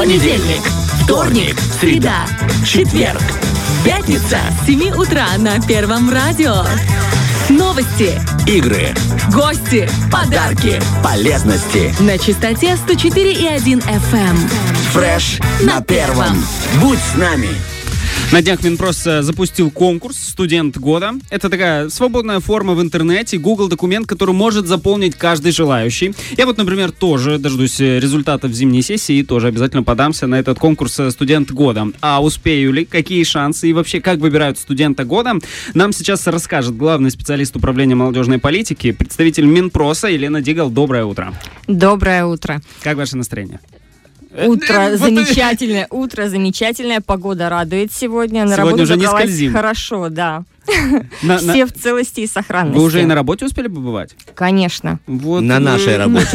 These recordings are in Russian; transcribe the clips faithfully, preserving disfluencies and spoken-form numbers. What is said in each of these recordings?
Понедельник, вторник, среда, четверг, пятница с семи утра на Первом радио. Новости, игры, гости, подарки, полезности. На частоте сто четыре и один эф эм. Фреш на Первом. Будь с нами. На днях Минпрос запустил конкурс «Студент года». Это такая свободная форма в интернете, Google документ, который может заполнить каждый желающий. Я вот, например, тоже дождусь результатов зимней сессии и тоже обязательно подамся на этот конкурс «Студент года». А успею ли, какие шансы и вообще как выбирают студента года, нам сейчас расскажет главный специалист управления молодежной политики, представитель Минпроса Елена Дигал. Доброе утро. Доброе утро. Как ваше настроение? Утро замечательное, утро замечательное, погода радует сегодня. На Сегодня работу уже не добралась скользим. Хорошо, да. На, Все на... в целости и сохранности. Вы уже и на работе успели побывать? Конечно. Вот на вы... нашей работе.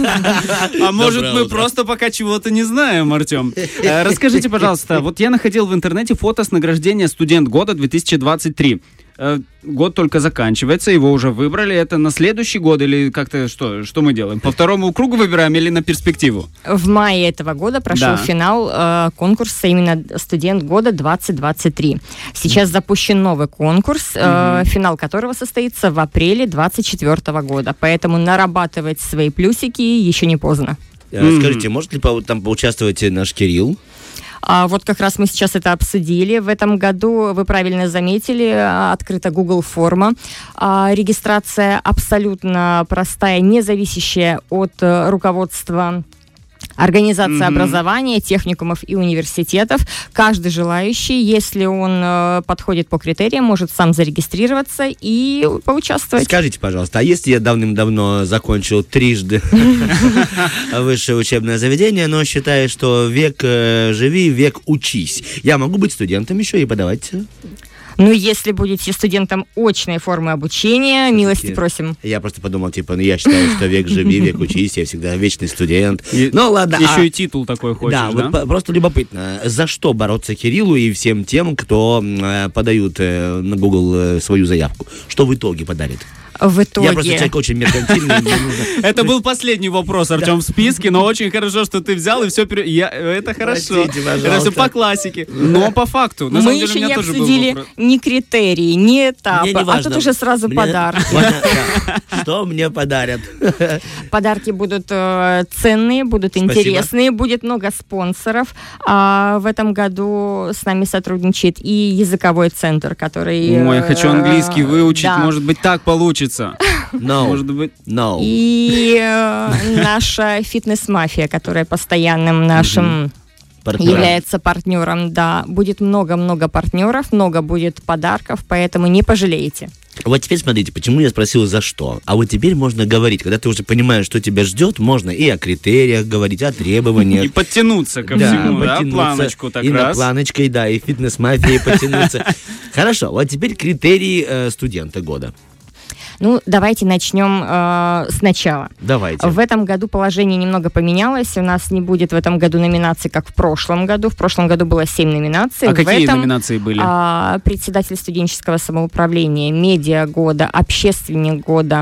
А может, мы просто пока чего-то не знаем, Артем. Расскажите, пожалуйста, вот я находил в интернете фото с награждения «Студент года две тысячи двадцать три». Год только заканчивается, его уже выбрали. Это на следующий год или как-то что? Что мы делаем? По второму кругу выбираем или на перспективу? В мае этого года прошел Да. финал э, конкурса именно «Студент года двадцать двадцать три». Сейчас запущен новый конкурс, э, финал которого состоится в апреле двадцать четвёртого года. Поэтому нарабатывать свои плюсики еще не поздно. Э, Скажите, может ли по- там поучаствовать наш Кирилл? А вот как раз мы сейчас это обсудили. В этом году, вы правильно заметили, открыта Google форма. А, регистрация абсолютно простая, не зависящая от э, руководства организации Mm-hmm. образования, техникумов и университетов. Каждый желающий, если он э, подходит по критериям, может сам зарегистрироваться и поучаствовать. Скажите, пожалуйста, а если я давным-давно закончил трижды высшее учебное заведение, но считаю, что век э, живи, век учись, я могу быть студентом еще и подавать? Ну, если будете студентом очной формы обучения, милости просим. Я просто подумал, типа, ну я считаю, что век живи, век учись, я всегда вечный студент. И- Ну ладно. Еще а- и титул такой хочешь, Да, да? вот по- просто любопытно, за что бороться Кириллу и всем тем, кто э, подают э, на Google э, свою заявку? Что в итоге подарит? В итоге... Я просто человек очень меркантильный, мне нужно... Это был последний вопрос, Артем, в списке, но очень хорошо, что ты взял и все... Пере... Я... Это хорошо. Простите, пожалуйста. Это все по классике. Но по факту. На Мы самом деле, еще у меня не тоже был обсудили вопрос. ни критерии, ни этапы, Мне не а важно. тут уже сразу Мне- подарки. Важно, да. Что мне подарят? Подарки будут э, ценные, будут Спасибо. интересные, будет много спонсоров. А в этом году с нами сотрудничает и языковой центр, который... Ой, я хочу английский э, выучить, да. может быть, так получится. No. Может быть... No. И э, наша фитнес-мафия, которая постоянным нашим... Партнера. является партнером, да. Будет много-много партнеров, много будет подарков, поэтому не пожалеете. Вот теперь смотрите, почему я спросил за что. А вот теперь можно говорить, когда ты уже понимаешь, что тебя ждет, можно и о критериях говорить, о требованиях. И подтянуться ко Да, всему, да? подтянуться. Планочку так и на раз. планочкой, да, и фитнес-мафией подтянуться. Хорошо, вот теперь критерии э, студента года. Ну, давайте начнем э, сначала. Давайте. В этом году положение немного поменялось. У нас не будет в этом году номинаций, как в прошлом году. В прошлом году было семь номинаций. А в какие этом, номинации были? а, председатель студенческого самоуправления, медиа года, общественник года,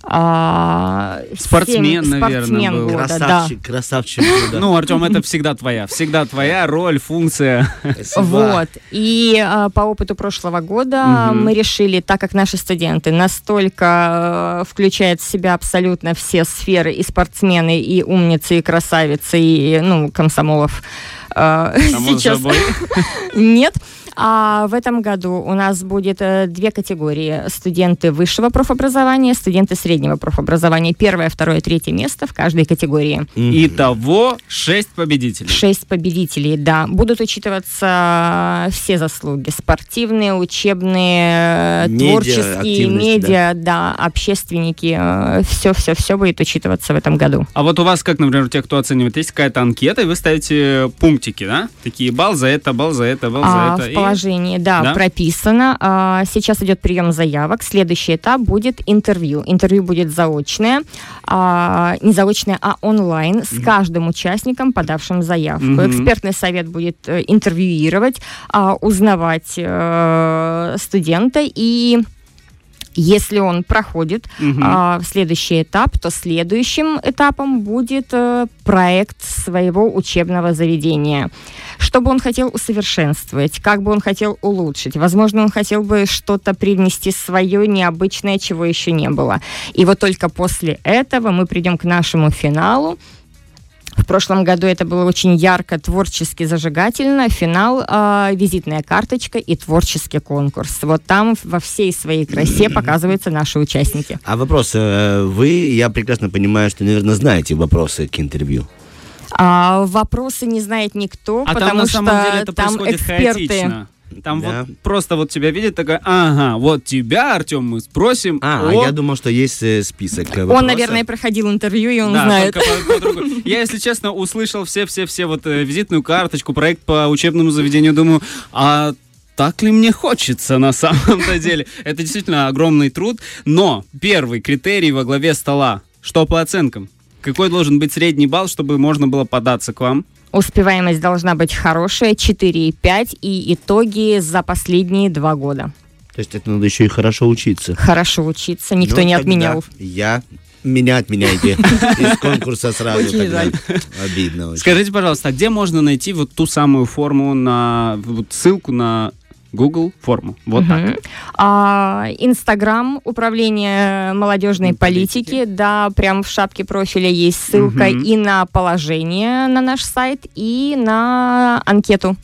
а, Спортсмен, семь- наверное, спортсмен был. года, да. Красавчик, красавчик года. Ну, Артем, это всегда твоя. Всегда твоя роль, функция. Спасибо. Вот. И а, по опыту прошлого года Мгм. мы решили, так как наши студенты настолько э, включают в себя абсолютно все сферы, и спортсмены, и умницы, и красавицы, и, ну, комсомолов э, Само сейчас собой. нет. А в этом году у нас будет э, две категории. Студенты высшего профобразования, студенты среднего профобразования. Первое, второе, третье место в каждой категории. Итого шесть победителей. Шесть победителей, да. Будут учитываться все заслуги. Спортивные, учебные, Медиа, творческие, активность, медиа, да, общественники. Все-все-все будет учитываться в этом году. А вот у вас, как, например, у тех, кто оценивает, есть какая-то анкета, и вы ставите пунктики, да? Такие балл за это, балл за это, балл А, за в это. И- положении, да, Да? прописано. А, сейчас идет прием заявок. Следующий этап будет интервью. Интервью будет заочное. А, не заочное, а онлайн с каждым участником, подавшим заявку. Мгм. Экспертный совет будет э, интервьюировать, а, узнавать э, студента и Если он проходит Мгм. а, в следующий этап, то следующим этапом будет э, проект своего учебного заведения. Что бы он хотел усовершенствовать, как бы он хотел улучшить. Возможно, он хотел бы что-то привнести свое необычное, чего еще не было. И вот только после этого мы придем к нашему финалу. В прошлом году это было очень ярко, творчески, зажигательно. Финал, э, визитная карточка и творческий конкурс. Вот там во всей своей красе показываются наши участники. А вопрос, э, вы, я прекрасно понимаю, что, наверное, знаете вопросы к интервью. А вопросы не знает никто, А потому там на что самом деле это там происходит эксперты. хаотично. Там Да. вот просто вот тебя видят, такая, ага, вот тебя, Артем, мы спросим. А, О, я думал, что есть э, список э, Он, вопросов. наверное, проходил интервью, и он да, знает. только по- по-другому. Я, если честно, услышал все-все-все вот э, визитную карточку, проект по учебному заведению, думаю, а так ли мне хочется на самом-то деле? Это действительно огромный труд, но первый критерий во главе стола, что по оценкам? Какой должен быть средний балл, чтобы можно было податься к вам? Успеваемость должна быть хорошая, четыре и пять, и итоги за последние два года. То есть это надо еще и хорошо учиться. Хорошо учиться, никто Ну, не тогда отменял. Я... Меня отменяйте из конкурса сразу. Очень тогда. жаль. Обидно очень. Скажите, пожалуйста, а где можно найти вот ту самую форму, на вот ссылку на Google форму? Вот так. Мгм. А, Инстаграм, управление молодежной Политики. политики, да, прям в шапке профиля есть ссылка Мгм. и на положение на наш сайт, и на анкету.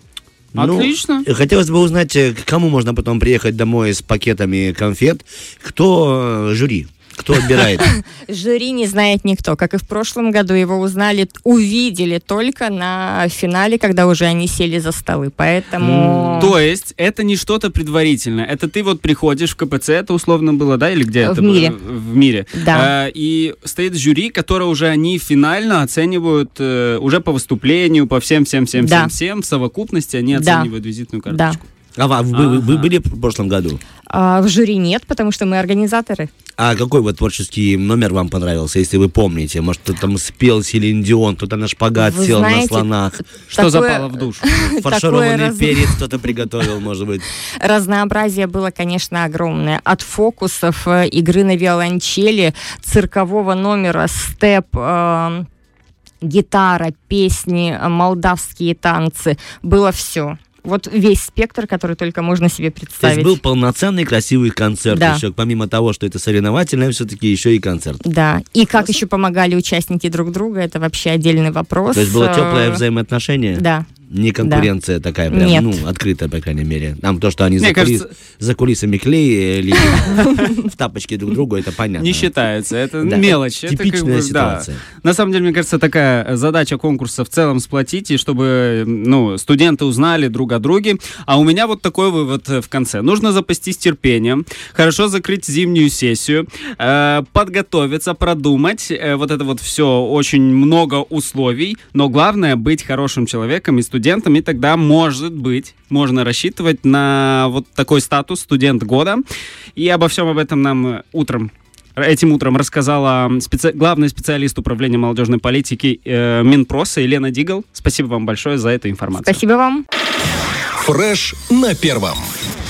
Ну, Отлично. Хотелось бы узнать, э, к кому можно потом приехать домой с пакетами конфет. Кто э, жюри? Кто отбирает? Жюри не знает никто. Как и в прошлом году, его узнали, увидели только на финале, когда уже они сели за столы. Поэтому... То есть это не что-то предварительное. Это ты вот приходишь в ка пэ цэ, это условно было, да, или где В это мире. было? В мире. Да. А, и стоит жюри, которое уже они финально оценивают э, уже по выступлению, по всем-всем-всем-всем, Да. всем в совокупности они Да. оценивают визитную Да. карточку. А вы, вы- вы Ага. были в прошлом году? А в жюри нет, потому что мы организаторы. А какой вот творческий номер вам понравился, если вы помните? Может, кто там спел Селин Дион, кто-то на шпагат Вы сел знаете, на слонах, Что Такое- запало в душу? фаршированный раз- перец кто-то приготовил, может быть. Разнообразие было, конечно, огромное. От фокусов, э, игры на виолончели, циркового номера, степ, э, гитара, песни, э, молдавские танцы. Было все. Вот весь спектр, который только можно себе То есть представить. был полноценный красивый концерт. Да. Еще, помимо того, что это соревновательное, все-таки еще и концерт. Да. И как еще помогали участники друг другу, это вообще отдельный вопрос. То есть было Э, теплое взаимоотношение? Да. Не конкуренция такая прям, Нет. ну, открытая, по крайней мере. Там то, что они Мне за, кулис- кажется- за кулисами клеили в тапочки друг другу, это понятно. Не считается, это Да, мелочь. Это как типичная бы, да. ситуация. На самом деле, мне кажется, такая задача конкурса в целом сплотить, и чтобы ну, студенты узнали друг о друге. А у меня вот такой вывод в конце. Нужно запастись терпением, хорошо закрыть зимнюю сессию, э, подготовиться, продумать. Э, вот это вот все, очень много условий, но главное быть хорошим человеком и студентом, и тогда, может быть, можно рассчитывать на вот такой статус студент года. И обо всем об этом нам утром Этим утром рассказала специ... главный специалист управления молодежной политики э, Минпроса Елена Дигл. Спасибо вам большое за эту информацию. Спасибо вам. Фреш на первом.